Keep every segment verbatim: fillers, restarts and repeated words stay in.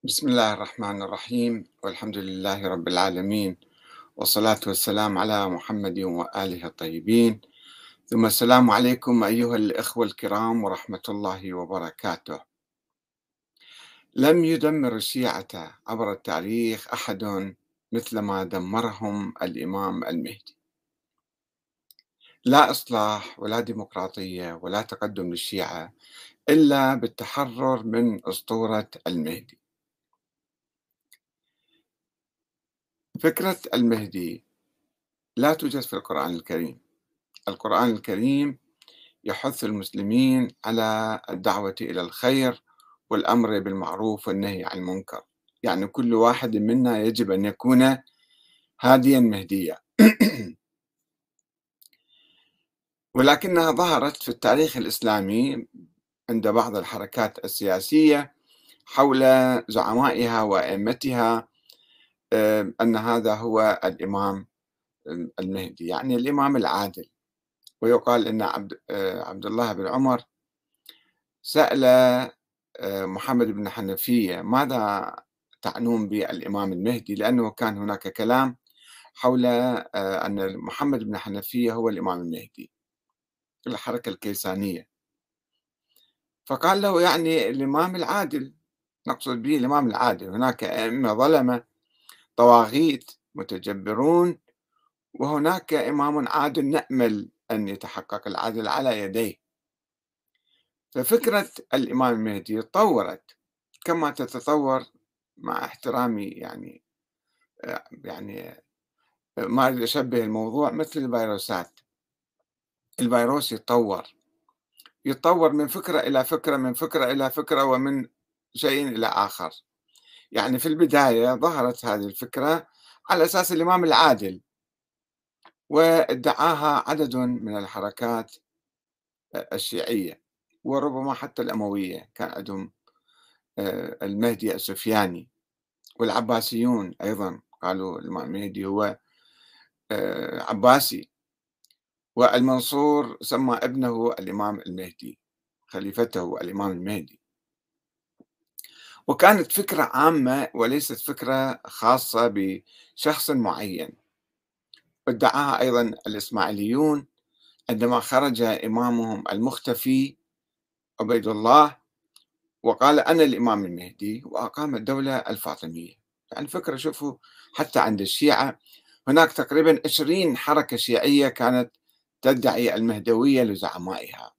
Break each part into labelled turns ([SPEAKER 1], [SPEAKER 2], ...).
[SPEAKER 1] بسم الله الرحمن الرحيم والحمد لله رب العالمين والصلاة والسلام على محمد وآله الطيبين ثم السلام عليكم أيها الإخوة الكرام ورحمة الله وبركاته. لم يدمر الشيعة عبر التاريخ أحد مثل ما دمرهم الإمام المهدي. لا إصلاح ولا ديمقراطية ولا تقدم للشيعة إلا بالتحرر من أسطورة المهدي. فكرة المهدي لا توجد في القرآن الكريم. القرآن الكريم يحث المسلمين على الدعوة إلى الخير والأمر بالمعروف والنهي عن المنكر، يعني كل واحد منا يجب أن يكون هاديا مهديا. ولكنها ظهرت في التاريخ الإسلامي عند بعض الحركات السياسية حول زعمائها وأئمتها آه، أن هذا هو الإمام المهدي، يعني الإمام العادل. ويقال أن عبد, آه، عبد الله بن عمر سأل آه، محمد بن حنفية ماذا تعنون بالإمام المهدي، لأنه كان هناك كلام حول آه، أن محمد بن حنفية هو الإمام المهدي في الحركة الكيسانية. فقال له يعني الإمام العادل، نقصد به الإمام العادل. هناك أئمة ظلمة طواغيت متجبرون، وهناك إمام عادل نأمل أن يتحقق العدل على يديه. ففكرة الإمام المهدي تطورت كما تتطور، مع احترامي يعني آه، يعني ما أريد أشبه الموضوع مثل الفيروسات. الفيروس يتطور يتطور من فكرة إلى فكرة، من فكرة إلى فكرة، ومن شيء إلى آخر. يعني في البداية ظهرت هذه الفكرة على أساس الإمام العادل، وادعاها عدد من الحركات الشيعية، وربما حتى الأموية كان عندهم آه، المهدي السفياني، والعباسيون أيضا قالوا الإمام المهدي هو آه، عباسي، والمنصور سمى ابنه الإمام المهدي، خليفته الإمام المهدي. وكانت فكرة عامة وليست فكرة خاصة بشخص معين. وادعاها أيضا الإسماعيليون عندما خرج إمامهم المختفي عبيد الله وقال أنا الإمام المهدي، وأقام الدولة الفاطمية. يعني الفكرة، شوفوا، حتى عند الشيعة هناك تقريبا عشرين حركة شيعية كانت تدعي المهدوية لزعمائها.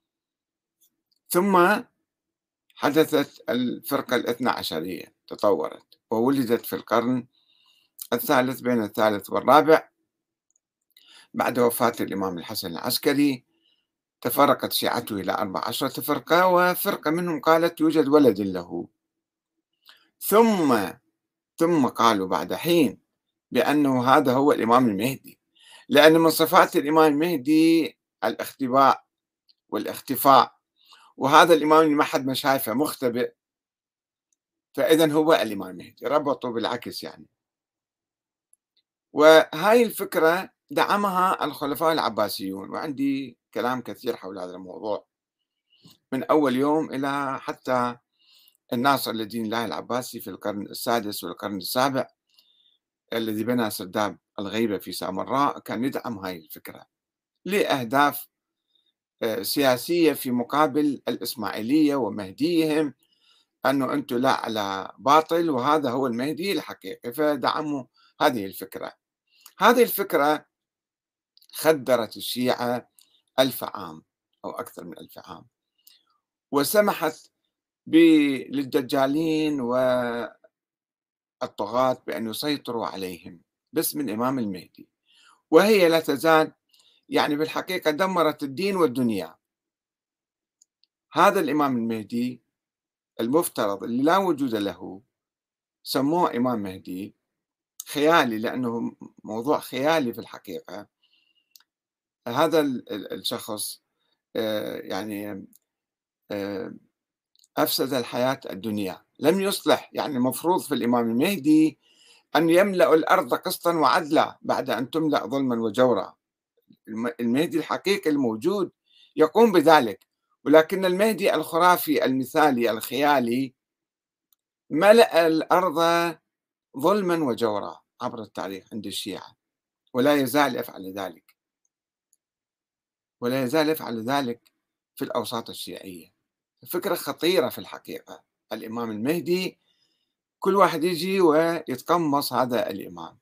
[SPEAKER 1] ثم حدثت الفرقة الاثنى عشرية، تطورت وولدت في القرن الثالث بين الثالث والرابع بعد وفاة الإمام الحسن العسكري. تفرقت شيعته إلى أربع عشرة فرقة، وفرقة منهم قالت يوجد ولد له. ثم ثم قالوا بعد حين بأنه هذا هو الإمام المهدي، لأن من صفات الإمام المهدي الاختباء والاختفاء، وهذا الإمام اللي ما حد ما شايفه مختبئ، فإذا هو الإمام المهدي. ربطوا بالعكس يعني. وهاي الفكرة دعمها الخلفاء العباسيون، وعندي كلام كثير حول هذا الموضوع من أول يوم إلى حتى الناصر لدين الله العباسي في القرن السادس والقرن السابع الذي بنى سرداب الغيبة في سامراء، كان يدعم هاي الفكرة لأهداف آه، سياسية في مقابل الإسماعيلية ومهديهم، أنه أنتم لا على باطل وهذا هو المهدي الحقيقي، فدعموا هذه الفكرة. هذه الفكرة خدرت الشيعة ألف عام أو أكثر من ألف عام، وسمحت ب- للدجالين والطغاة بأن يسيطروا عليهم باسم الإمام المهدي. وهي لا تزال يعني بالحقيقة دمرت الدين والدنيا. هذا الإمام المهدي المفترض اللي لا وجود له سموه إمام مهدي خيالي، لأنه موضوع خيالي في الحقيقة. هذا ال- ال- الشخص آه، يعني آه، أفسد الحياة الدنيا، لم يصلح. يعني المفروض في الإمام المهدي أن يملأ الأرض قسطا وعدلا بعد أن تملأ ظلما وجورا. الم- المهدي الحقيقي الموجود يقوم بذلك، ولكن المهدي الخرافي المثالي الخيالي ملأ الأرض ظلما وجورا عبر التاريخ عند الشيعة، ولا يزال يفعل ذلك، ولا يزال يفعل ذلك في الأوساط الشيعية. فكرة خطيرة في الحقيقة. الإمام المهدي كل واحد يجي ويتقمص هذا الإمام.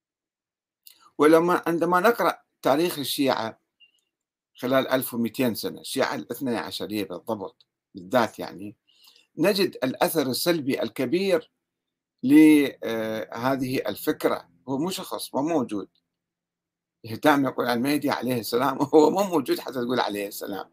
[SPEAKER 1] ولما عندما نقرأ تاريخ الشيعة خلال ألف ومئتين سنة، الشيعة الاثنى عشرية بالضبط بالذات، يعني نجد الأثر السلبي الكبير لهذه الفكرة. هو مو شخص، مو موجود. دائما يقول عن المهدي عليه السلام، هو مو موجود حتى تقول عليه السلام.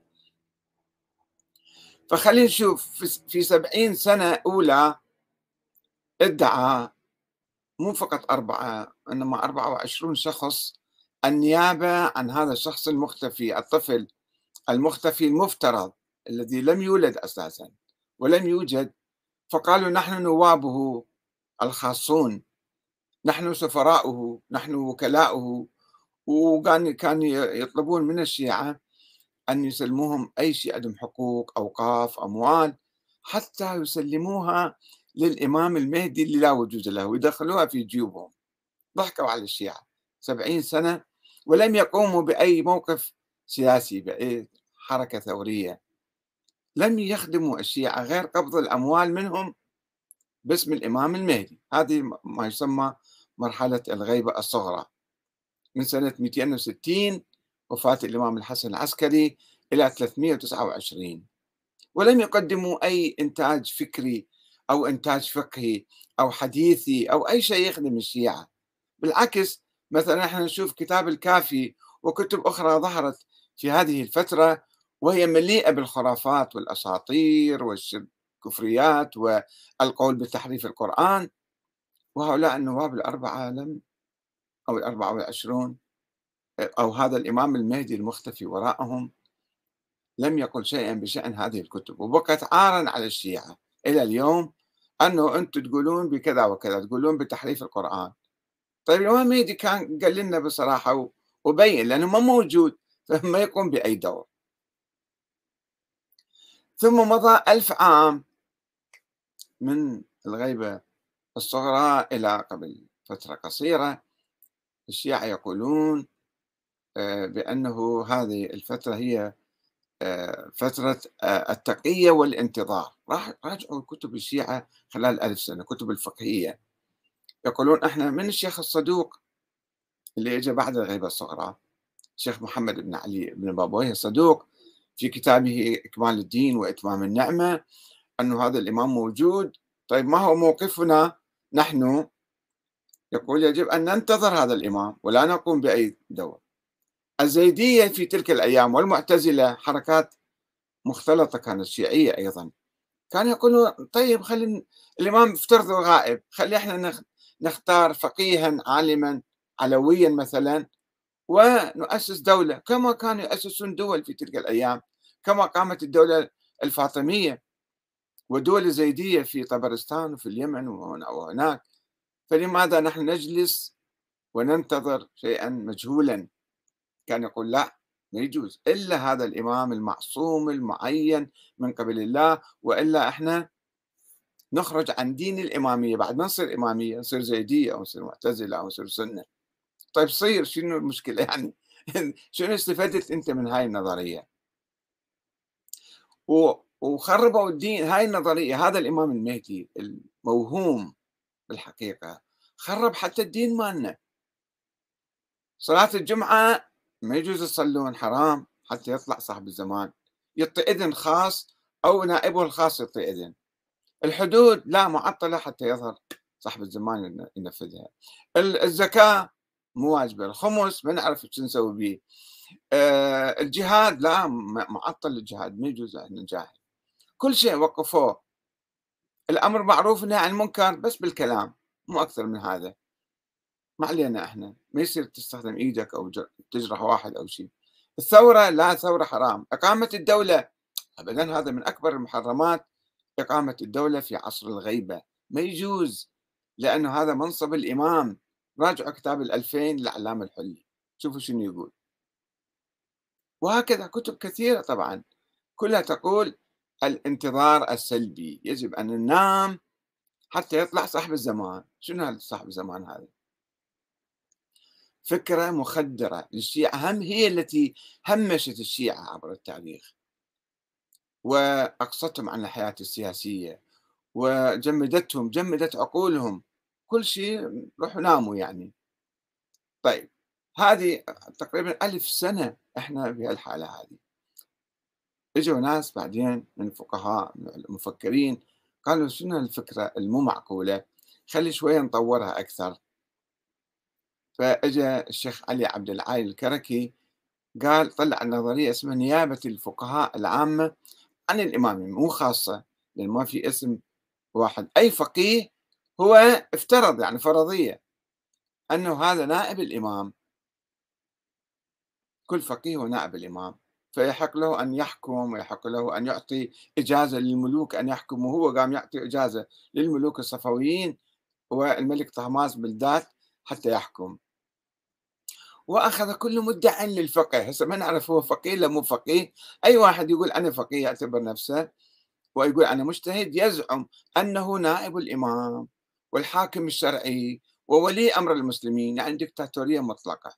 [SPEAKER 1] فخلينا نشوف في سبعين سنة أولى ادعى مو فقط أربعة، إنما أربعة وعشرين شخص النيابة عن هذا الشخص المختفي، الطفل المختفي المفترض الذي لم يولد أساسا ولم يوجد. فقالوا نحن نوابه الخاصون، نحن سفراؤه، نحن وكلاؤه. وكان كان يطلبون من الشيعة أن يسلموهم أي شيء، عندهم حقوق، أوقاف، أموال، حتى يسلموها للإمام المهدي اللي لا وجود له ويدخلوها في جيوبهم. ضحكوا على الشيعة سبعين سنة ولم يقوموا بأي موقف سياسي، بأي حركة ثورية. لم يخدموا الشيعة غير قبض الأموال منهم باسم الإمام المهدي. هذه ما يسمى مرحلة الغيبة الصغرى، من سنة مئتين وستين وفاة الإمام الحسن العسكري إلى ثلاثمئة وتسعة وعشرين. ولم يقدموا أي إنتاج فكري أو إنتاج فقهي أو حديثي أو أي شيء يخدم الشيعة. بالعكس، مثلا احنا نشوف كتاب الكافي وكتب أخرى ظهرت في هذه الفترة وهي مليئة بالخرافات والأساطير والكفريات والقول بتحريف القرآن. وهؤلاء النواب الأربعة لم أو الأربعة والعشرون أو هذا الإمام المهدي المختفي وراءهم لم يقل شيئا بشأن هذه الكتب، وبقت عارا على الشيعة إلى اليوم أنه أنتم تقولون بكذا وكذا، تقولون بتحريف القرآن. طيب الإمام المهدي كان قال لنا بصراحة وبين، لأنه ما موجود فما يقوم بأي دور. ثم مضى ألف عام من الغيبة الصغرى إلى قبل فترة قصيرة. الشيعة يقولون آه، بأنه هذه الفترة هي آه، فترة آه، التقية والانتظار. راح راجعوا كتب الشيعة خلال ألف سنة، كتب الفقهية. يقولون احنا من الشيخ الصدوق اللي اجى بعد الغيبة الصغرى، الشيخ محمد بن علي بن بابويه الصدوق، في كتابه إكمال الدين وإتمام النعمة، أنه هذا الإمام موجود. طيب ما هو موقفنا نحن؟ يقول يجب أن ننتظر هذا الإمام ولا نقوم بأي دور. الزيدية في تلك الأيام والمعتزلة، حركات مختلطة كانت شيعية أيضا، كانوا يقولون طيب خلي الإمام افترضه غائب، خلي احنا نخ- نختار فقيها عالما علويا مثلا ونؤسس دولة كما كانوا يؤسسون دول في تلك الأيام، كما قامت الدولة الفاطمية ودول الزيدية في طبرستان وفي اليمن وهنا وهناك. فلماذا نحن نجلس وننتظر شيئا مجهولا؟ كان يقول لا، ما يجوز إلا هذا الإمام المعصوم المعين من قبل الله، وإلا إحنا نخرج عن دين الإمامية. بعد ما نصير إمامية نصير زيدية أو نصير معتزلة أو نصير سنة. طيب صير، شنو المشكلة يعني؟ شنو استفدت أنت من هاي النظرية؟ و- وخربوا الدين. هاي النظرية، هذا الإمام المهدي الموهوم بالحقيقة خرب حتى الدين مالنا. صلاة الجمعة ما يجوز تصلون، حرام، حتى يطلع صاحب الزمان يعطي إذن خاص أو نائبه الخاص يعطي إذن. الحدود لا، معطلة حتى يظهر صاحب الزمان ين- ينفذها. ال- الزكاة مو واجبة. الخمس ما نعرف شو نسوي به. آه، الجهاد لا، م- معطل الجهاد، ما يجوز أن نجاهد. كل شيء وقفوه. الأمر معروف والنهي عن المنكر بس بالكلام، مو أكثر من هذا. ما علينا احنا، ما يصير تستخدم ايدك او ج- تجرح واحد او شيء. الثورة لا، الثورة حرام. إقامة الدولة أبدا، هذا من أكبر المحرمات. إقامة الدولة في عصر الغيبة ما يجوز، لأنه هذا منصب الإمام. راجعوا كتاب الألفين للعلامة الحلي، شوفوا شنو يقول. وهكذا كتب كثيرة طبعا كلها تقول الانتظار السلبي، يجب أن ننام حتى يطلع صاحب الزمان. شنو هذا صاحب الزمان هذا؟ فكرة مخدرة للشيعة، هم هي التي همشت الشيعة عبر التاريخ وأقصتهم عن الحياة السياسية وجمدتهم، جمدت عقولهم، كل شيء، روحوا ناموا يعني. طيب، هذه تقريبا ألف سنة إحنا بهالحالة هذه. اجوا ناس بعدين من الفقهاء من المفكرين قالوا شنو الفكرة المو معقولة، خلي شوية نطورها أكثر. فاجى الشيخ علي عبد العالي الكركي قال طلع نظرية اسمها نيابة الفقهاء العامة عن الإمام، مو خاصة، لأن ما في اسم واحد. أي فقيه هو افترض، يعني فرضية، أنه هذا نائب الإمام، كل فقيه هو نائب الإمام، فيحق له أن يحكم ويحق له أن يعطي إجازة للملوك أن يحكموا. هو قام يعطي إجازة للملوك الصفويين والملك طهماس بالذات حتى يحكم، وأخذ كل مدع للفقه. هسه ما نعرف هو فقيه ولا مو فقيه. أي واحد يقول أنا فقيه يعتبر نفسه ويقول أنا مجتهد يزعم أنه نائب الإمام والحاكم الشرعي وولي أمر المسلمين، يعني دكتاتورية مطلقة.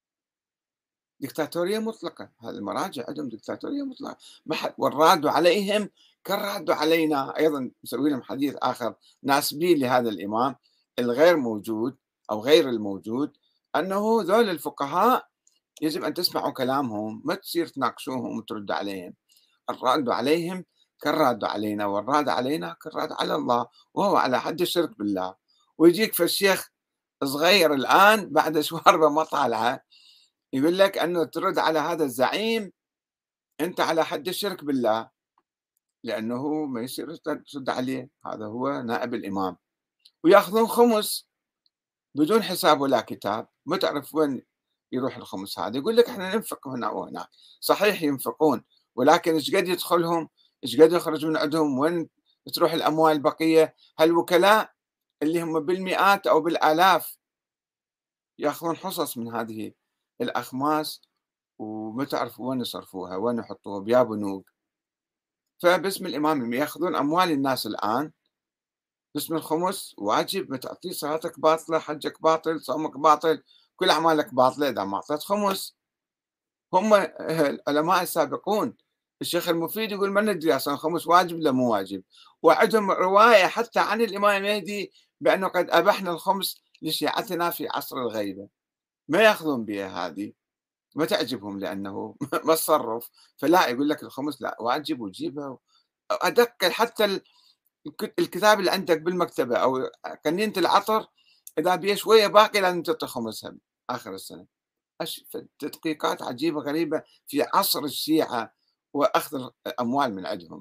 [SPEAKER 1] دكتاتورية مطلقة، هذه المراجع عندهم دكتاتورية مطلقة. ما حد، والراد عليهم كالراد علينا. أيضا مسوي لهم حديث آخر ناسبين لهذا الإمام الغير موجود أو غير الموجود، أنه ذول الفقهاء يجب أن تسمعوا كلامهم، ما تصير تناقشوهم وترد عليهم. الراد عليهم كالراد علينا، والراد علينا كالراد على الله، وهو على حد الشرك بالله. ويجيك في الشيخ صغير الآن بعد شواربه ما طالعة يقول لك أنه ترد على هذا الزعيم أنت على حد الشرك بالله، لأنه ما يصير ترد عليه، هذا هو نائب الإمام. ويأخذون خمس بدون حساب ولا كتاب، ما تعرف وين يروح الخمس هذا. يقول لك احنا ننفق هنا وهناك. صحيح ينفقون، ولكن ايش قد يدخلهم، ايش قد يخرج من عندهم، وين تروح الأموال البقية؟ هالوكلاء اللي هم بالمئات أو بالآلاف يأخذون حصص من هذه الأخماس، وما تعرف وين يصرفوها، وين يحطوها، بيا بنوك. فباسم الإمام يأخذون أموال الناس الآن باسم الخمس، واجب ما تعطيه، صلاتك باطلة، حجك باطل، صومك باطل، كل أعمالك باطلة إذا ما أعطيت خمس. هم العلماء السابقون، الشيخ المفيد يقول ما ندري أصلا الخمس واجب ولا مو واجب، وعندهم رواية حتى عن الإمام المهدي بأنه قد أبحنا الخمس لشيعتنا في عصر الغيبة. ما يأخذون بها هذه، ما تعجبهم لأنه ما تصرف. فلا، يقول لك الخمس لا واجب وجيبها. أدق حتى ال- الك- الكتاب اللي عندك بالمكتبة أو قنينة العطر، إذا بيه شوية باقي لازم تعطي خمسها آخر السنة. أش- تدقيقات عجيبة غريبة في عصر الشيعة وأخذ الأموال من عندهم.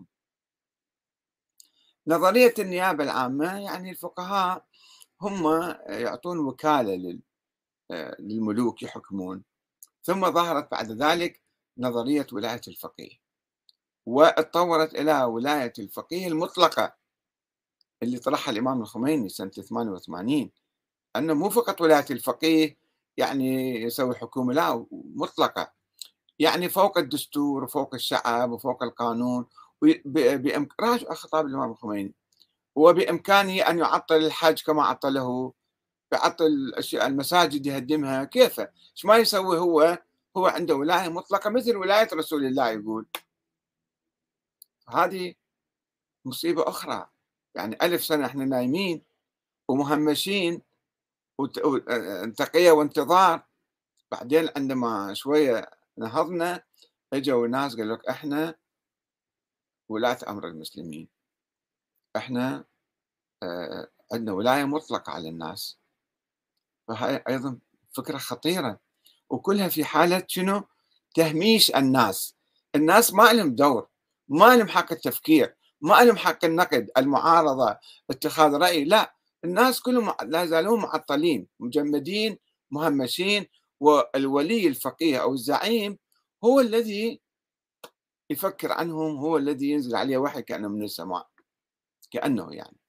[SPEAKER 1] نظرية النيابة العامة، يعني الفقهاء هم يعطون وكالة لل- للملوك يحكمون. ثم ظهرت بعد ذلك نظرية ولاية الفقيه، واتطورت إلى ولاية الفقيه المطلقة اللي طرحها الإمام الخميني سنة ثمانية وثمانين، أنه مو فقط ولاية الفقيه يعني يسوي حكومة، لا، مطلقة، يعني فوق الدستور وفوق الشعب وفوق القانون. بإمكان راجع خطاب الإمام الخميني، وبإمكانه أن يعطل الحج كما عطله، يعطل الأشياء المساجد يهدمها، كيف ايش ما يسوي هو؟ هو عنده ولاية مطلقة مثل ولاية رسول الله يقول. هذه مصيبة أخرى. يعني ألف سنة إحنا نايمين ومهمشين وت- و- تقية وانتظار. بعدين عندما شوية نهضنا اجوا ناس قالوا لك احنا ولاة امر المسلمين، احنا آه، عندنا ولاية مطلقة على الناس. فهي ايضا فكرة خطيرة، وكلها في حالة شنو؟ تهميش الناس. الناس ما لهم دور، ما لهم حق التفكير، ما لهم حق النقد، المعارضة، اتخاذ رأي، لا. الناس كلهم لا يزالون معطلين، مجمدين، مهمشين. والولي الفقيه أو الزعيم هو الذي يفكر عنهم، هو الذي ينزل عليه وحي كأنه من السماء، كأنه يعني.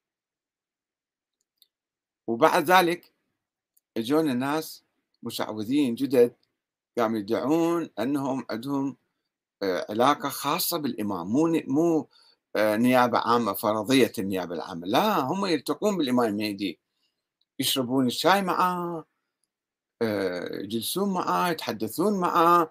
[SPEAKER 1] وبعد ذلك يجون الناس مشعوذين جدد قاموا يدعون أنهم عندهم آه، علاقة خاصة بالإمام، مو مو آآ نيابة عامة، فرضية النيابة العامة، لا هم يلتقون بالإمام المهدي، يشربون الشاي معاه، آآ يجلسون معاه، يتحدثون معاه،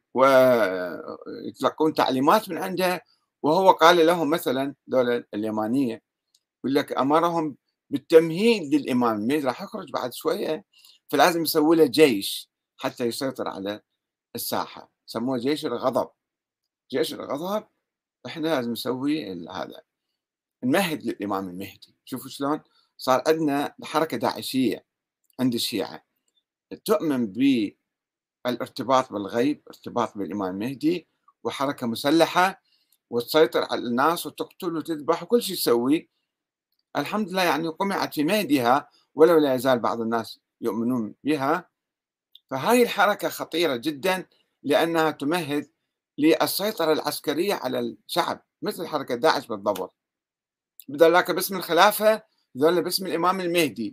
[SPEAKER 1] ويتلقون تعليمات من عنده، وهو قال لهم مثلًا ذولا اليمانية، يقول لك أمرهم بالتمهيد للإمام المهدي راح يخرج بعد شوية، فلازم يسووا له جيش حتى يسيطر على الساحة، سموه جيش الغضب، جيش الغضب إحنا لازم نسوي ال هذا، نمهد للإمام المهدي، شوفوا شلون صار عندنا حركة داعشية عند الشيعة تؤمن بالارتباط بالغيب، ارتباط بالإمام المهدي، وحركة مسلحة وتسيطر على الناس وتقتل وتذبح وكل شيء تسوي، الحمد لله يعني قمعت في مهدها ولو لا يزال بعض الناس يؤمنون بها، فهاي الحركة خطيرة جدا لأنها تمهد للسيطرة العسكرية على الشعب مثل حركة داعش بالضبط، ذولاك باسم الخلافة، ذولا باسم الإمام المهدي،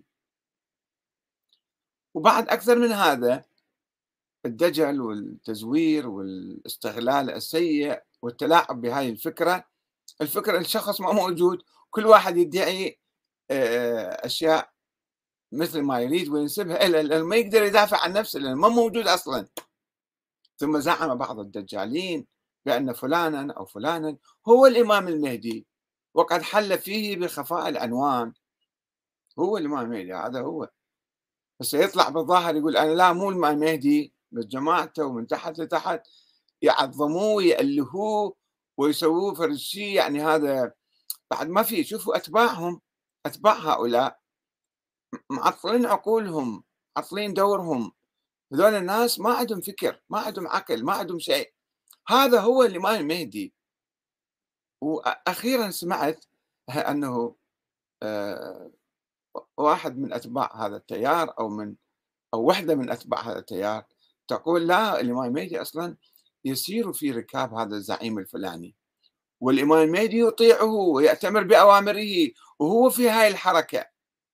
[SPEAKER 1] وبعد أكثر من هذا الدجل والتزوير والاستغلال السيء والتلاعب بهاي الفكرة، الفكرة الشخص ما موجود، كل واحد يدعي آآ أشياء مثل ما يريد وينسبها إله، لأنه ما يقدر يدافع عن نفسه لأنه ما موجود أصلًا، ثم زعم بعض الدجالين بأن فلانا أو فلانا هو الإمام المهدي، وقد حل فيه بخفاء العنوان، هو الإمام المهدي هذا هو، هسه يطلع بالظاهر يقول أنا لا مو الإمام المهدي، بس جماعته ومن تحت لتحت يعظموه ويألهوه ويسووه فرد شيء، يعني هذا بعد ما في، شوفوا أتباعهم، أتباع هؤلاء معطلين عقولهم، معطلين دورهم، هذول الناس ما عندهم فكر، ما عندهم عقل، ما عندهم شيء، هذا هو الإمام المهدي. وأخيرا سمعت أنه آآ واحد من أتباع هذا التيار أو من أو وحدة من أتباع هذا التيار تقول لا الإمام المهدي أصلًا يسير في ركاب هذا الزعيم الفلاني، والإمام المهدي يطيعه ويأتمر بأوامره وهو في هاي الحركة.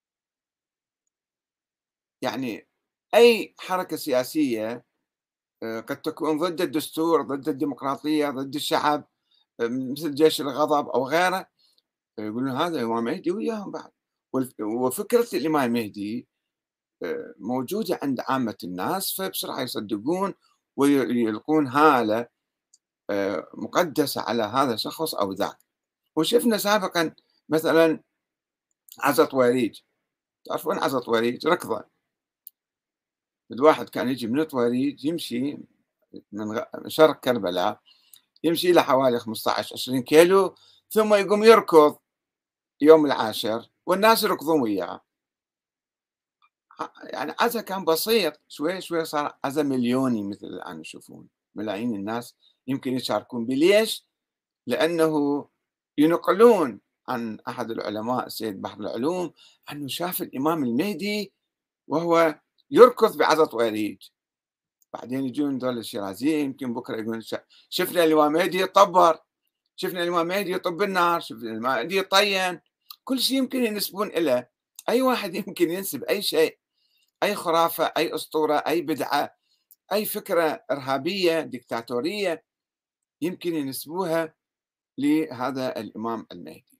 [SPEAKER 1] يعني أي حركة سياسية آآ قد تكون ضد الدستور، ضد الديمقراطية، ضد الشعب، آآ مثل جيش الغضب أو غيره، يقولون هذا الإمام المهدي وياهم بعد. والف وفكرة الإمام المهدي آآ موجودة عند عامة الناس، فبسرعة يصدقون وي يلقون هالة آآ مقدسة على هذا الشخص أو ذاك. وشفنا سابقًا مثلًا عزا طويريج، تعرفون عزا طويريج ركضة، الواحد كان يجي من طويريج يمشي من غ شرق كربلاء، يمشي له حوالي خمسة عشر عشرين كيلو ثم يقوم يركض يوم العاشر والناس يركضون وياه. ع يعني عزا كان بسيط، شوي شوي صار عزا مليوني مثل الآن يشوفون، ملايين الناس يمكن يشاركون به، ليش؟ لأنه ينقلون عن أحد العلماء السيد بحر العلوم أنه شاف الإمام المهدي وهو يركض بعزا طويريج. بعدين يجون دول الشيرازيين يمكن بكره يقولون ش شفنا الإمام مهدي يتطبّر، شفنا الإمام مهدي يطب بالنار، شفنا الإمام مهدي يطيّن، كل شيء يمكن ينسبون إله، أي واحد يمكن ينسب أي شيء، أي خرافة، أي أسطورة، أي بدعة، أي فكرة إرهابية ديكتاتورية يمكن ينسبوها لهذا الإمام المهدي.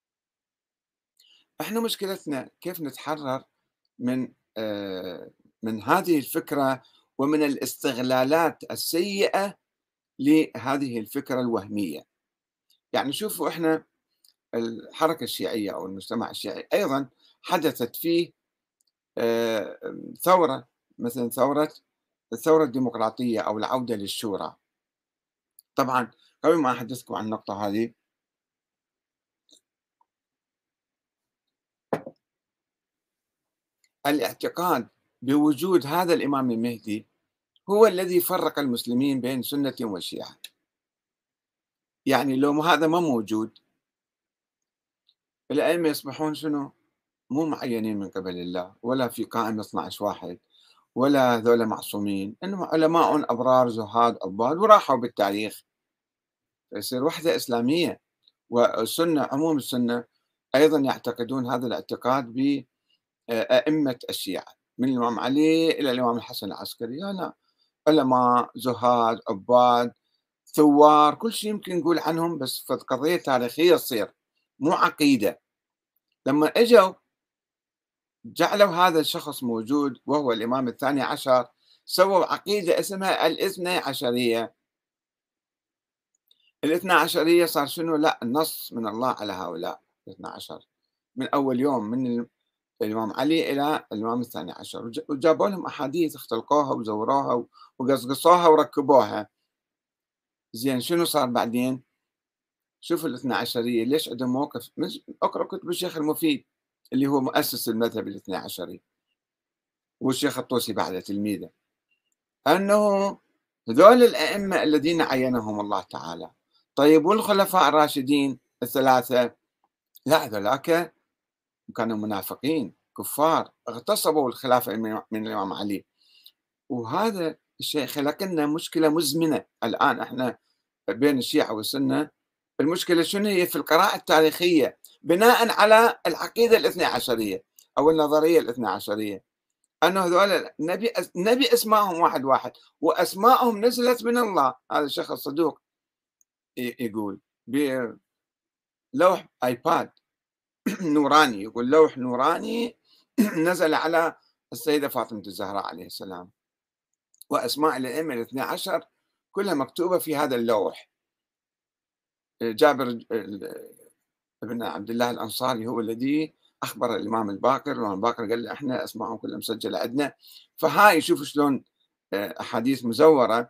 [SPEAKER 1] إحنا مشكلتنا كيف نتحرر من آآ من هذه الفكرة ومن الاستغلالات السيئة لهذه الفكرة الوهمية. يعني شوفوا إحنا الحركة الشيعية أو المجتمع الشيعي أيضا حدثت فيه آه، ثورة مثل ثورة الثورة الديمقراطية أو العودة للشورى. طبعا قبل ما أحدثكم عن النقطة هذه، الاعتقاد بوجود هذا الإمام المهدي هو الذي فرق المسلمين بين سنة وشيعة. يعني لو هذا ما موجود الأئمة يصبحون شنو؟ مو معينين من قبل الله ولا في قائمة اثنا عشر واحد ولا هذول معصومين، إنهم علماء أبرار زهاد عباد وراحوا بالتاريخ، فيصير وحدة إسلامية. والسنة عموم السنة أيضا يعتقدون هذا الاعتقاد بأئمة الشيعة من الإمام علي إلى الإمام الحسن العسكري، لا علماء زهاد عباد ثوار، كل شيء يمكن نقول عنهم، بس فد قضية تاريخية تصير، مو عقيدة. لمّا إجوا جعلوا هذا الشخص موجود وهو الإمام الثاني عشر، سووا عقيدة اسمها الاثني عشرية. الاثنى عشرية صار شنو؟ لأ، النص من الله على هؤلاء الاثنى عشر من أول يوم، من ال الإمام علي إلى الإمام الثاني عشر، وج وجابوا لهم أحاديث اختلقوها وزوروها و وقصقصوها وركبوها. زين شنو صار بعدين؟ شوف الاثنى عشرية ليش عندهم موقف. مش اقرأ كتب الشيخ المفيد اللي هو مؤسس المذهب الاثني عشري، والشيخ الطوسي بعده تلميذه، أنه هذول الأئمة الذين عينهم الله تعالى. طيب والخلفاء الراشدين الثلاثة؟ لا، ذولاك كانوا منافقين كفار، اغتصبوا الخلافة من من الإمام علي، وهذا الشيء خلق لنا مشكلة مزمنة الآن إحنا بين الشيعة والسنة. المشكلة شنو هي؟ في القراءة التاريخية بناء على العقيدة الاثني عشرية أو النظرية الاثني عشرية، أنه هذول نبي نبي أسمائهم واحد واحد، وأسمائهم نزلت من الله. هذا الشيخ الصدوق ي- يقول بلوح آيباد نوراني، يقول لوح نوراني نزل على السيدة فاطمة الزهراء عليه السلام، وأسماء الأئمة الاثني عشر كلها مكتوبة في هذا اللوح. جابر ال- ابن عبد الله الأنصاري هو الذي أخبر الإمام الباقر، الإمام الباقر قال له إحنا أسمائهم كلها مسجلة عندنا. فهاي شوف شلون آه، أحاديث مزورة.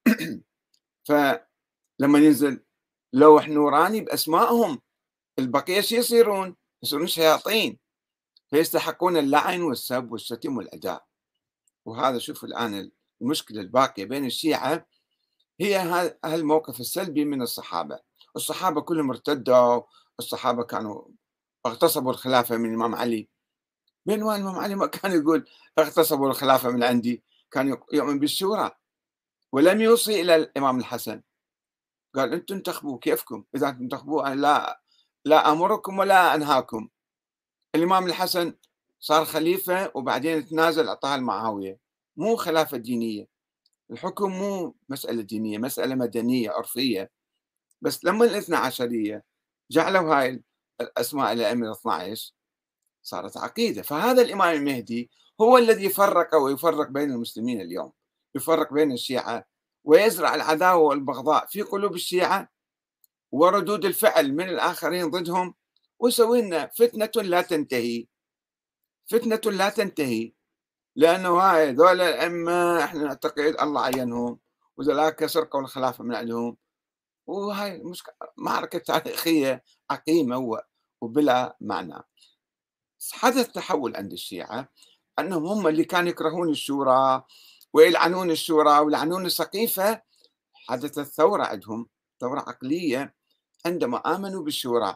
[SPEAKER 1] فلما ينزل لوح نوراني بأسمائهم، البقية شو يصيرون؟ يصيرون شياطين، فيستحقون اللعن والسب والشتم والعداء. وهذا شوف الآن المشكلة الباقية بين الشيعة هي ها- هالموقف السلبي من الصحابة. الصحابة كلهم ارتدوا، الصحابة كانوا اغتصبوا الخلافة من الإمام علي، بينما الإمام علي ما كان يقول اغتصبوا الخلافة من عندي، كان يق- يؤمن بالشورى، ولم يوصي إلى الإمام الحسن. قال أنتم انتخبوا كيفكم، إذا أنتم انتخبوا أنا لا لا أمركم ولا أنهاكم. الإمام الحسن صار خليفة وبعدين تنازل أعطاها لمعاوية، مو خلافة دينية. الحكم مو مسألة دينية، مسألة مدنية عرفية. بس لما الاثنى عشرية جعلوا هاي الأسماء الأئمة الاثنى عشر صارت عقيدة. فهذا الإمام المهدي هو الذي فرق ويفرق بين المسلمين اليوم، يفرق بين الشيعة ويزرع العداوة والبغضاء في قلوب الشيعة وردود الفعل من الآخرين ضدهم، ويسوي لنا فتنة لا تنتهي، فتنة لا تنتهي. لأنه هاي ذول الأئمة إحنا نعتقد الله عينهم، وذولاك سرقوا الخلافة من عندهم. وهاي مش معركة تاريخية عقيمة و- وبلا معنى. حدث تحول عند الشيعة، أنهم هم اللي كانوا يكرهون الشورى ويلعنون الشورى ويلعنون السقيفة. حدثت ثورة عندهم، ثورة عقلية، عندما آمنوا بالشورى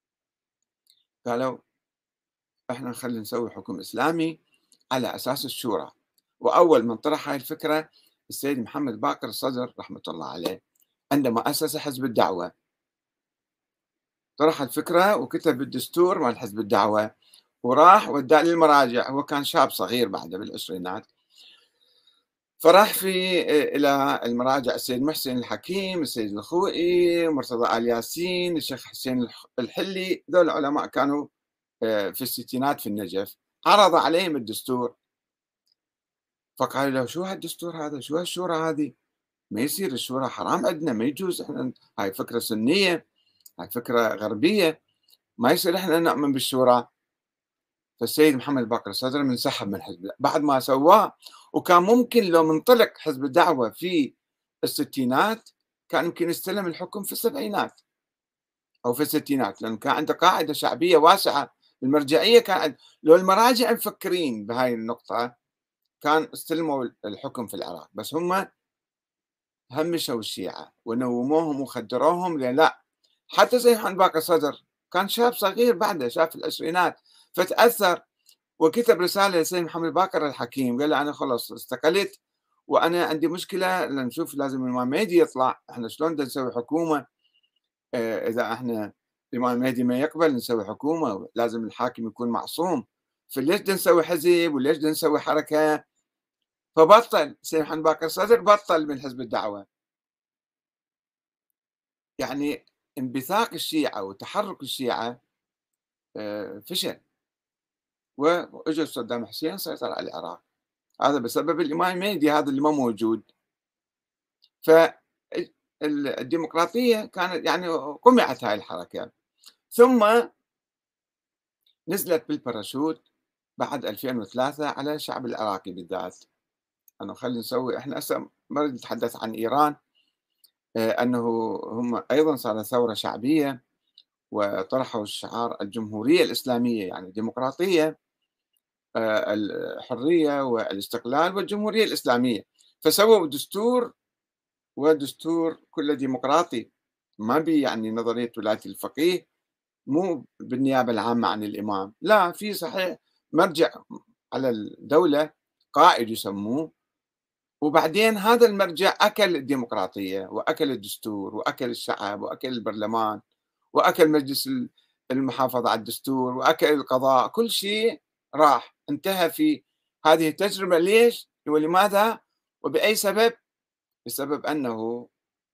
[SPEAKER 1] قالوا إحنا نخلي نسوي حكم إسلامي على أساس الشورى. وأول من طرح هاي الفكرة السيد محمد باقر الصدر رحمة الله عليه، عندما أسس حزب الدعوة طرح الفكرة وكتب الدستور مال حزب الدعوة، وراح وداه للمراجع. هو كان شاب صغير بعده بالعشرينات، فراح في إلى المراجع السيد محسن الحكيم، السيد الخوئي، مرتضى آل ياسين، الشيخ حسين الح- الحلي. ذول العلماء كانوا آه، في الستينات في النجف. عرض عليهم الدستور، فقالوا له شو هالدستور هذا، شو هالشورى هذه، ما يصير، الشورى حرام عندنا، ما يجوز، احنا هاي فكرة سنية، هاي فكرة غربية، ما يصير احنا نؤمن بالشورى. فالسيد محمد باقر الصدر منسحب من حزب بعد ما سواه. وكان ممكن لو منطلق حزب الدعوة في الستينات كان يمكن يستلم الحكم في السبعينات أو في الستينات، لأنه كان عنده قاعدة شعبية واسعة. المرجعية كان عند... لو المراجع مفكرين بهاي النقطة كان استلموا الحكم في العراق. بس هم همشوا الشيعة ونوموهم وخدروهم، لأن لا، حتى زي محمد باقر الصدر كان شاب صغير بعده، شاب في العشرينات، فتأثر وكتب رسالة للسيد محمد باقر الحكيم، قال له أنا خلص استقلت وأنا عندي مشكلة، نشوف لازم الإمام مهدي يطلع، إحنا شلون بدنا نسوي حكومة آه، إذا إحنا الإمام المهدي ما يقبل نسوي حكومة، لازم الحاكم يكون معصوم، فليش بدنا نسوي حزب وليش بدنا نسوي حركة. فبطل السيد محمد باقر الصدر، بطل من حزب الدعوة. يعني انبثاق الشيعة وتحرك الشيعة آآ فشل، وإجا صدام حسين سيطر على العراق، هذا بسبب الإمام المهدي هذا اللي ما موجود. ف ال الديمقراطية كانت يعني قُمعت هاي الحركة، ثم نزلت بالباراشوت بعد ألفين وثلاثة على الشعب العراقي بالذات. أنه خلّي نسوي إحنا هسه ما نريد نتحدث عن إيران، آآ أنه هم أيضًا صارت ثورة شعبية وطرحوا شعار الجمهورية الإسلامية، يعني ديمقراطية، آآ الحرية والاستقلال والجمهورية الإسلامية، فسووا دستور ودستور كلّه ديمقراطي، ما بيه يعني نظرية ولاية الفقيه، مو بالنيابة العامة عن الإمام، لا في صحيح مرجع على الدولة قائد يسموه، وبعدين هذا المرجع أكل الديمقراطية وأكل الدستور وأكل الشعب وأكل البرلمان وأكل مجلس ال- المحافظة على الدستور وأكل القضاء، كل شيء راح انتهى في هذه التجربة. ليش ولماذا وبأي سبب؟ بسبب أنه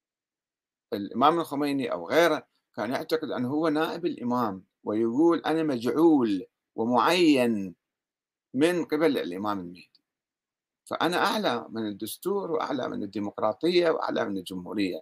[SPEAKER 1] الإمام الخميني أو غيره كان يعتقد أنه هو نائب الإمام ويقول أنا مجعول ومعين من قبل الإمام المهدي، فأنا أعلى من الدستور وأعلى من الديمقراطية وأعلى من الجمهورية.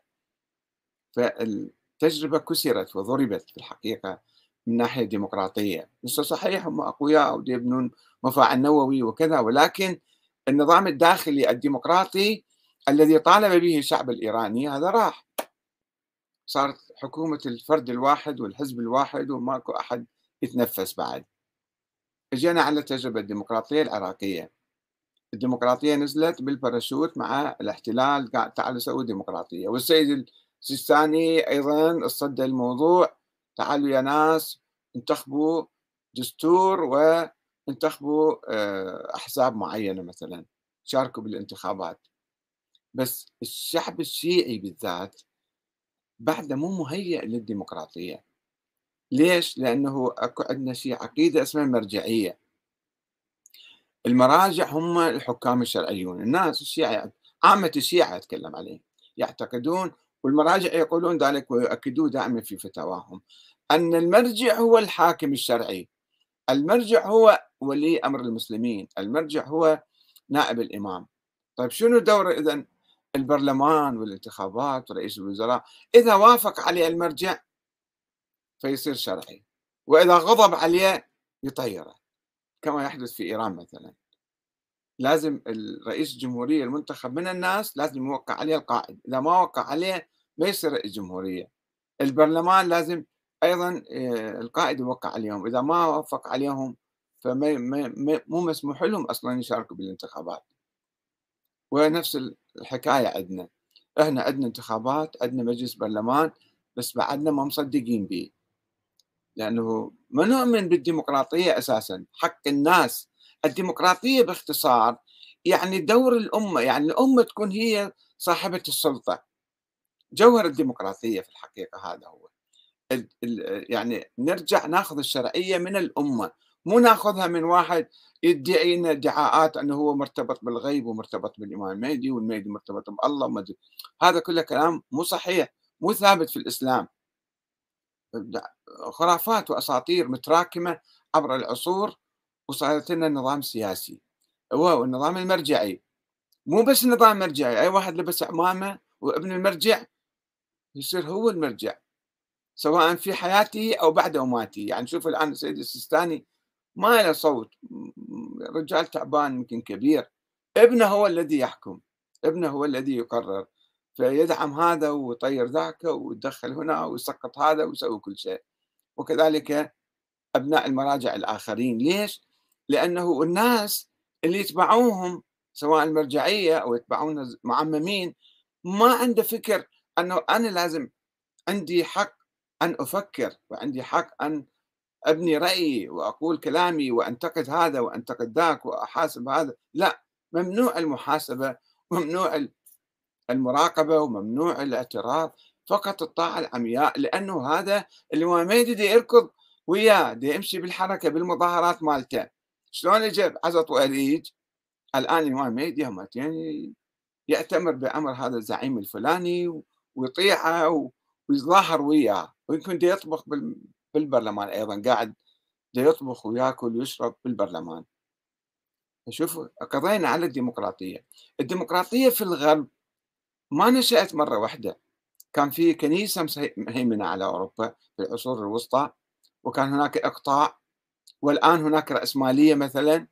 [SPEAKER 1] فالتجربة كسرت وضربت في الحقيقة من ناحية ديمقراطية. لسه صحيح هم أقوياء ودي يبنون مفاعل نووي وكذا، ولكن النظام الداخلي الديمقراطي الذي طالب به الشعب الإيراني هذا راح، صارت حكومة الفرد الواحد والحزب الواحد وماكو أحد يتنفس بعد. اجينا على التجربة الديمقراطية العراقية، الديمقراطية نزلت بالباراشوت مع الاحتلال، قال تعالوا سووا ديمقراطية، والسيد السيستاني أيضا اصطدى الموضوع، تعالوا يا ناس انتخبوا دستور وانتخبوا آه، أحزاب معينة مثلا، شاركوا بالانتخابات. بس الشعب الشيعي بالذات بعده مو مهيئ للديمقراطية. ليش؟ لأنه أكو عندنا شيء عقيدة اسمها المرجعية، المراجع هم الحكام الشرعيون، الناس الشيعة عامة الشيعة أتكلم عليهم يعتقدون، والمراجع يقولون ذلك ويؤكدون دائما في فتاواهم أن المرجع هو الحاكم الشرعي، المرجع هو ولي أمر المسلمين، المرجع هو نائب الإمام. طيب شنو دور إذن البرلمان والانتخابات ورئيس الوزراء؟ إذا وافق عليه المرجع فيصير شرعي، وإذا غضب عليه يطيره، كما يحدث في إيران مثلا. لازم الرئيس الجمهورية المنتخب من الناس لازم يوقع عليه القائد، إذا ما وقع عليه ما يصير رئيس جمهورية. البرلمان لازم أيضا آه، القائد يوقع عليهم، إذا ما وافق عليهم فما ما ما مو مسموح لهم أصلا يشاركوا بالانتخابات. ونفس الحكاية عندنا، إحنا عندنا انتخابات، عندنا مجلس برلمان، بس بعدنا ما مصدقين به، لأنه ما نؤمن بالديمقراطية أساسا، حق الناس. الديمقراطية باختصار يعني دور الأمة، يعني الأمة تكون هي صاحبة السلطة، جوهر الديمقراطية في الحقيقة هذا هو. ال ال يعني نرجع ناخذ الشرعية من الأمة، مو ناخذها من واحد يدعي لنا ادعاءات أنه هو مرتبط بالغيب ومرتبط بالإمام المهدي والمهدي مرتبط بالله وما أدري، هذا كله كلام مو صحيح، مو ثابت في الإسلام. خرافات وأساطير متراكمة عبر العصور، وصارت لنا نظام سياسي هو النظام المرجعي. مو بس النظام المرجعي، أي واحد لبس عمامة وابن المرجع يصير هو المرجع، سواء في حياته أو بعد وماته. يعني شوف الآن السيد السيستاني ما له صوت، رجال تعبان يمكن كبير، ابنه هو الذي يحكم، ابنه هو الذي يقرر، فيدعم هذا ويطير ذاك ويدخل هنا ويسقط هذا ويسوي كل شيء. وكذلك أبناء المراجع الآخرين. ليش؟ لأنه الناس اللي يتبعوهم سواء المرجعية أو يتبعون معممين ما عنده فكر أنه أنا لازم عندي حق أن أفكر وعندي حق أن أبني رأيي وأقول كلامي وأنتقد هذا وأنتقد ذاك وأحاسب هذا. لا، ممنوع المحاسبة، ممنوع المراقبة، وممنوع الاعتراض، فقط الطاعة العمياء، لأنه هذا اللي هو ما يريد يركض وياه، دي يمشي بالحركة بالمظاهرات مالته. شلون اجى عزت وأريج الآن الإمام مهدي همتين يأتمر بأمر هذا الزعيم الفلاني ويطيعه ويتظاهر وياه، ويمكن دا يطبخ بال بالبرلمان أيضًا، قاعد دا يطبخ وياكل ويشرب بالبرلمان. فشوفوا قضينا على الديمقراطية. الديمقراطية في الغرب ما نشأت مرة واحدة، كان في كنيسة مسي مهيمنة على أوروبا في العصور الوسطى، وكان هناك إقطاع، والآن هناك رأسمالية مثلًا،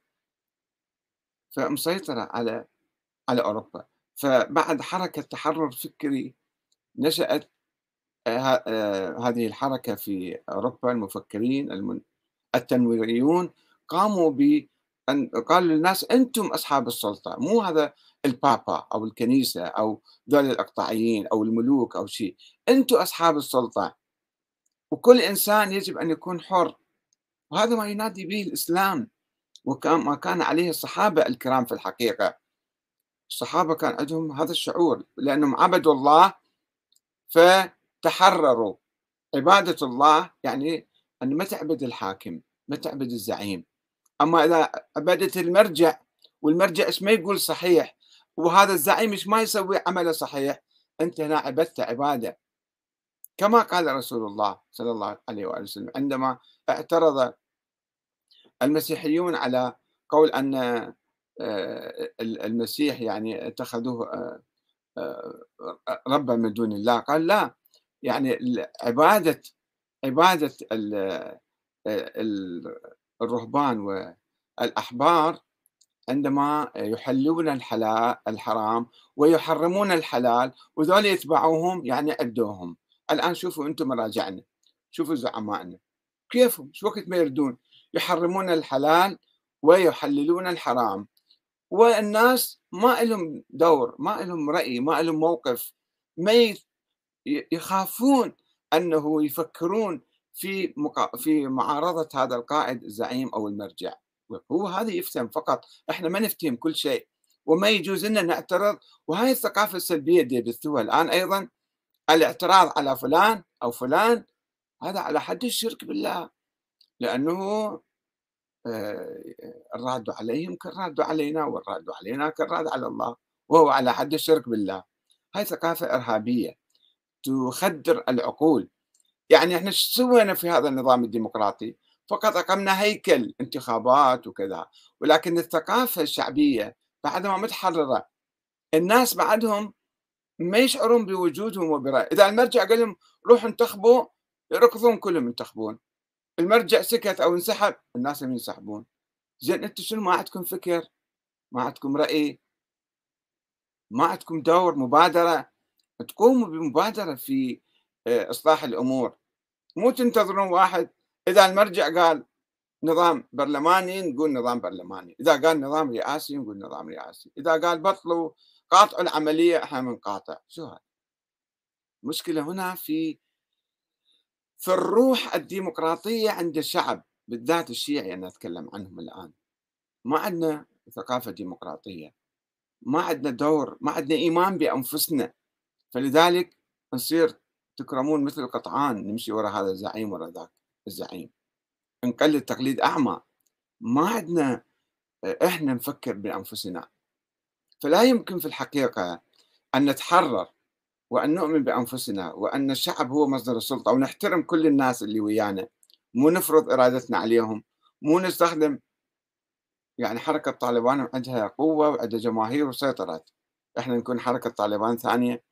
[SPEAKER 1] فمسيطرة على على أوروبا. فبعد حركة تحرر فكري نشأت آآ ه آآ هذه الحركة في أوروبا، المفكرين الم التنويريون قاموا بأن قالوا للناس أنتم أصحاب السلطة، مو هذا البابا أو الكنيسة أو ذول الإقطاعيين أو الملوك أو شيء، أنتم أصحاب السلطة، وكل إنسان يجب أن يكون حر. وهذا ما ينادي به الإسلام، وكان ما كان عليه الصحابة الكرام في الحقيقة. الصحابة كان عندهم هذا الشعور لأنهم عبدوا الله فتحرروا. عبادة الله يعني أن ما تعبد الحاكم، ما تعبد الزعيم. أما إذا عبدت المرجع، والمرجع إيش ما يقول صحيح، وهذا الزعيم إيش ما يسوي عمله صحيح، أنت هنا عبدت عبادة. كما قال رسول الله صلى الله عليه وآله وسلم عندما اعترض المسيحيون على قول أن آآ ال المسيح يعني اتخذوه آآ آآ ربًا من دون الله، قال لا، يعني ال عبادة عبادة ال آآ ال الرهبان والأحبار عندما يحلون الحلا الحرام ويحرمون الحلال، وذول يتبعوهم يعني عبدوهم. الآن شوفوا أنتم مراجعنا، شوفوا زعمائنا كيفهم، شو وقت ما يردون يحرمون الحلال ويحللون الحرام، والناس ما إلهم دور، ما إلهم رأي، ما إلهم موقف، ما ي ي يخافون أنه يفكرون في مقا في معارضة هذا القائد الزعيم أو المرجع. هو هذا يفتهم فقط، إحنا ما نفتهم كل شيء، وما يجوز لنا نعترض. وهاي الثقافة السلبية اللي يبثوها الآن أيضًا، الاعتراض على فلان أو فلان هذا على حد الشرك بالله، لأنه آآ الراد عليهم كالراد علينا، والراد علينا كالراد على الله، وهو على حد الشرك بالله. هاي ثقافة إرهابية تخدر العقول. يعني إحنا إيش سوينا في هذا النظام الديمقراطي؟ فقط أقمنا هيكل انتخابات وكذا، ولكن الثقافة الشعبية بعدها ما متحررة. الناس بعدهم ما يشعرون بوجودهم وبرأي. إذا المرجع قال لهم روحوا انتخبوا، يركضون كلهم ينتخبون. المرجع سكت أو انسحب، الناس هم ينسحبون. زين أنتم شنو ما عندكم فكر؟ ما عندكم رأي؟ ما عندكم دور مبادرة؟ تقوموا بمبادرة في آآ إصلاح الأمور، مو تنتظرون واحد. إذا المرجع قال نظام برلماني نقول نظام برلماني، إذا قال نظام رئاسي نقول نظام رئاسي، إذا قال بطلوا قاطعوا العملية إحنا بنقاطع. شو هذا؟ المشكلة هنا في في الروح الديمقراطية عند الشعب، بالذات الشيعي أنا أتكلم عنهم الآن. ما عندنا ثقافة ديمقراطية، ما عندنا دور، ما عندنا إيمان بأنفسنا، فلذلك نصير تكرمون مثل القطعان، نمشي ورا هذا الزعيم ورا ذاك الزعيم، نقلد تقليد أعمى. ما عندنا إحنا نفكر بأنفسنا. فلا يمكن في الحقيقة أن نتحرر وأن نؤمن بأنفسنا وأن الشعب هو مصدر السلطة، ونحترم كل الناس اللي ويانا، مو نفرض إرادتنا عليهم، مو نستخدم. يعني حركة طالبان عندها قوة وعندها جماهير وسيطرات، إحنا نكون حركة طالبان ثانية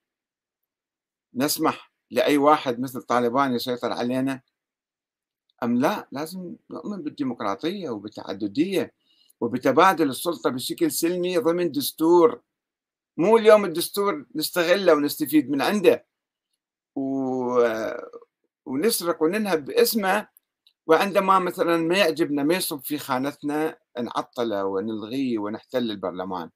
[SPEAKER 1] نسمح لأي واحد مثل طالبان يسيطر علينا؟ أم لا، لازم نؤمن بالديمقراطية وبالتعددية وبتبادل السلطة بشكل سلمي ضمن دستور. مو اليوم الدستور نستغله ونستفيد من عنده و... ونسرق وننهب باسمه، وعندما مثلا ما يعجبنا ما يصب في خانتنا نعطله ونلغيه ونحتل البرلمان.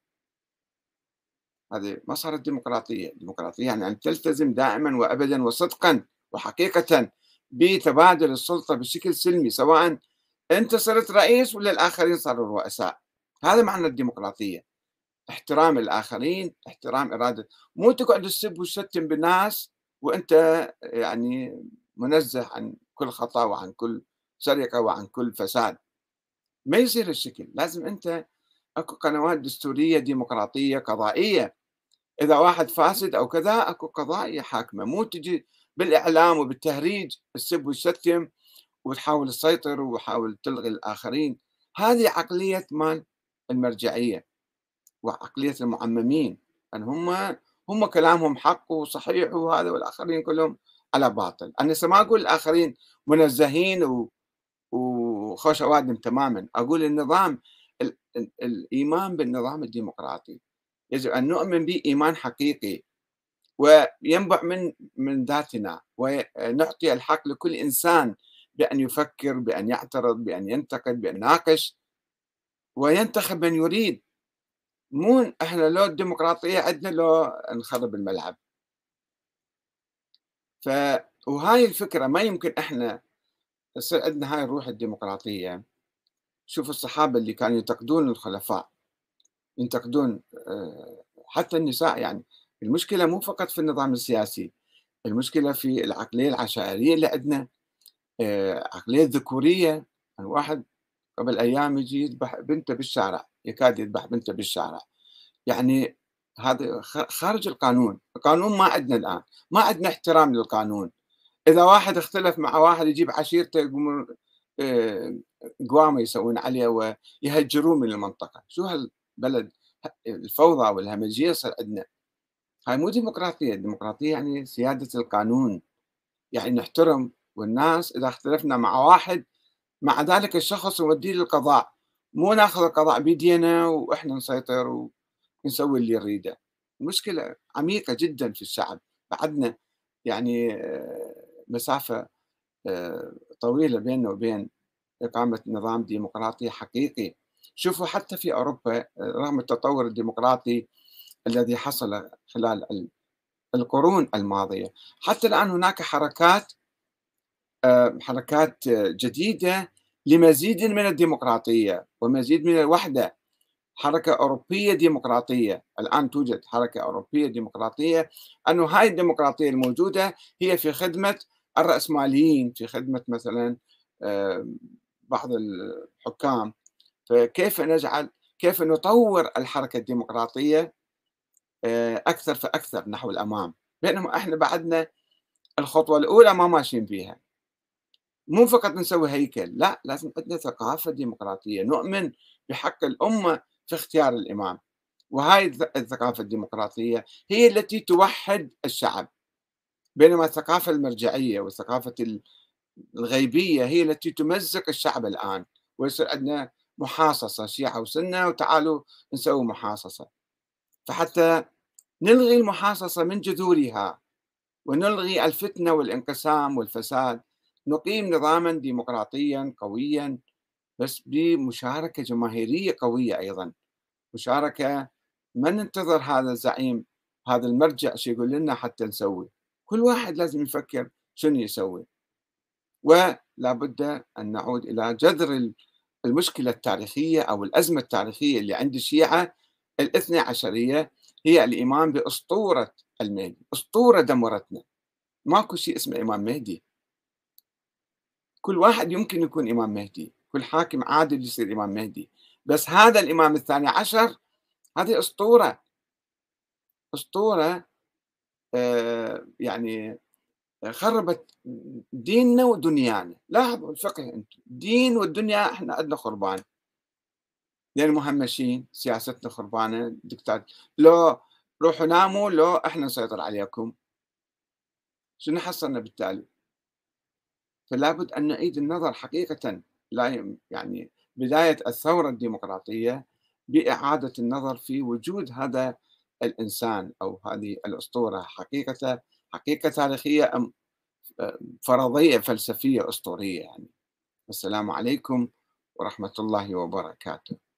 [SPEAKER 1] هذه ما صارت ديمقراطية. الديمقراطية يعني أن تلتزم دائما وأبدا وصدقا وحقيقة بتبادل السلطة بشكل سلمي، سواء أنت صرت رئيس ولا الآخرين صاروا رؤساء. هذا معنى الديمقراطية، احترام الآخرين، احترام إرادة. مو تقعد تسب وتشتم بالناس وأنت يعني منزه عن كل خطأ وعن كل سرقة وعن كل فساد. ما يصير الشكل. لازم أنت أكو قنوات دستورية ديمقراطية قضائية، إذا واحد فاسد أو كذا أكو قضاء حاكمة، مو تجي بالإعلام وبالتهريج تسب وتشتم وتحاول تسيطر وتحاول تلغي الآخرين. هذه عقلية مال المرجعية وعقلية المعممين، أن هم هم كلامهم حق وصحيح وهذا والآخرين كلهم على باطل. أنا هسه ما أقول الآخرين منزهين و وخوش أوادم تمامًا، أقول النظام ال ال الإيمان بالنظام الديمقراطي يجب أن نؤمن به إيمان حقيقي، وينبع من من ذاتنا، ونعطي الحق لكل إنسان بأن يفكر، بأن يعترض، بأن ينتقد، بأن يناقش، وينتخب من يريد. مو إحنا لو الديمقراطية عندنا لو نخرب الملعب. ف وهاي الفكرة ما يمكن إحنا تصير عندنا هاي الروح الديمقراطية. شوفوا الصحابة اللي كانوا ينتقدون الخلفاء، ينتقدون آآ حتى النساء يعني. المشكلة مو فقط في النظام السياسي، المشكلة في العقلية العشائرية اللي عندنا، آآ عقلية ذكورية. الواحد قبل أيام يجي يذبح بنته بالشارع، يكاد يذبح بنته بالشارع، يعني هذا خ خارج القانون. القانون ما عندنا الآن، ما عندنا احترام للقانون. إذا واحد اختلف مع واحد يجيب عشيرته يقومون آآ قوامة يسوون عليه ويهجروه من المنطقة. شو هالبلد ه الفوضى والهمجية يصير عندنا. هاي مو ديمقراطية. الديمقراطية يعني سيادة القانون، يعني نحترم، والناس إذا اختلفنا مع واحد مع ذلك الشخص نوديه للقضاء، مو ناخذ القضاء بيدينا وإحنا نسيطر ونسوي اللي نريده. مشكلة عميقة جدًا في الشعب. بعدنا يعني آآ مسافة آآ طويلة بيننا وبين إقامة نظام ديمقراطي حقيقي. شوفوا حتى في أوروبا، آه، رغم التطور الديمقراطي الذي حصل خلال ال القرون الماضية، حتى الآن هناك حركات آآ حركات آه، جديدة لمزيد من الديمقراطية ومزيد من الوحدة. حركة أوروبية ديمقراطية، الآن توجد حركة أوروبية ديمقراطية، أنه هاي الديمقراطية الموجودة هي في خدمة الرأسماليين، في خدمة مثلًا آآ بعض الحكام. فكيف نجعل كيف نطوّر الحركة الديمقراطية آآ أكثر فأكثر نحو الأمام، بينما إحنا بعدنا الخطوة الأولى ما ماشيين فيها. مو فقط نسوي هيكل، لأ، لازم عندنا ثقافة ديمقراطية، نؤمن بحق الأمة في اختيار الإمام. وهاي الث الثقافة الديمقراطية هي التي توحّد الشعب، بينما الثقافة المرجعية والثقافة ال الغيبية هي التي تمزّق الشعب الآن، ويصير عندنا محاصصة شيعة وسنة وتعالوا نسوي محاصصة. فحتى نلغي المحاصصة من جذورها ونلغي الفتنة والانقسام والفساد، نقيم نظامًا ديمقراطيًا قويًا بس بمشاركة جماهيرية قوية أيضًا. مشاركة، ما ننتظر هذا الزعيم، هذا المرجع شو يقول لنا حتى نسوي. كل واحد لازم يفكر شنو يسوي. ولا بد أن نعود إلى جذر ال المشكلة التاريخية أو الأزمة التاريخية اللي عند الشيعة الاثني عشرية، هي الإيمان بأسطورة المهدي. أسطورة دمرتنا، ماكو شيء اسمه إمام مهدي. كل واحد يمكن يكون إمام مهدي، كل حاكم عادل يصير إمام مهدي، بس هذا الإمام الثاني عشر هذه أسطورة. أسطورة آآ يعني خرّبت ديننا ودنيانا. لاحظوا الفقه أنتم، الدين والدنيا إحنا عندنا خربان، لأن مهمشين، سياستنا خربانة، ديكتات لو روحوا ناموا، لو إحنا نسيطر عليكم، شنو حصلنا بالتالي؟ فلا بد أن نعيد النظر حقيقةً. لا ي يعني بداية الثورة الديمقراطية بإعادة النظر في وجود هذا الإنسان أو هذه الأسطورة حقيقة حقيقة تاريخية أم آآ فرضية فلسفية أسطورية يعني. والسلام عليكم ورحمة الله وبركاته.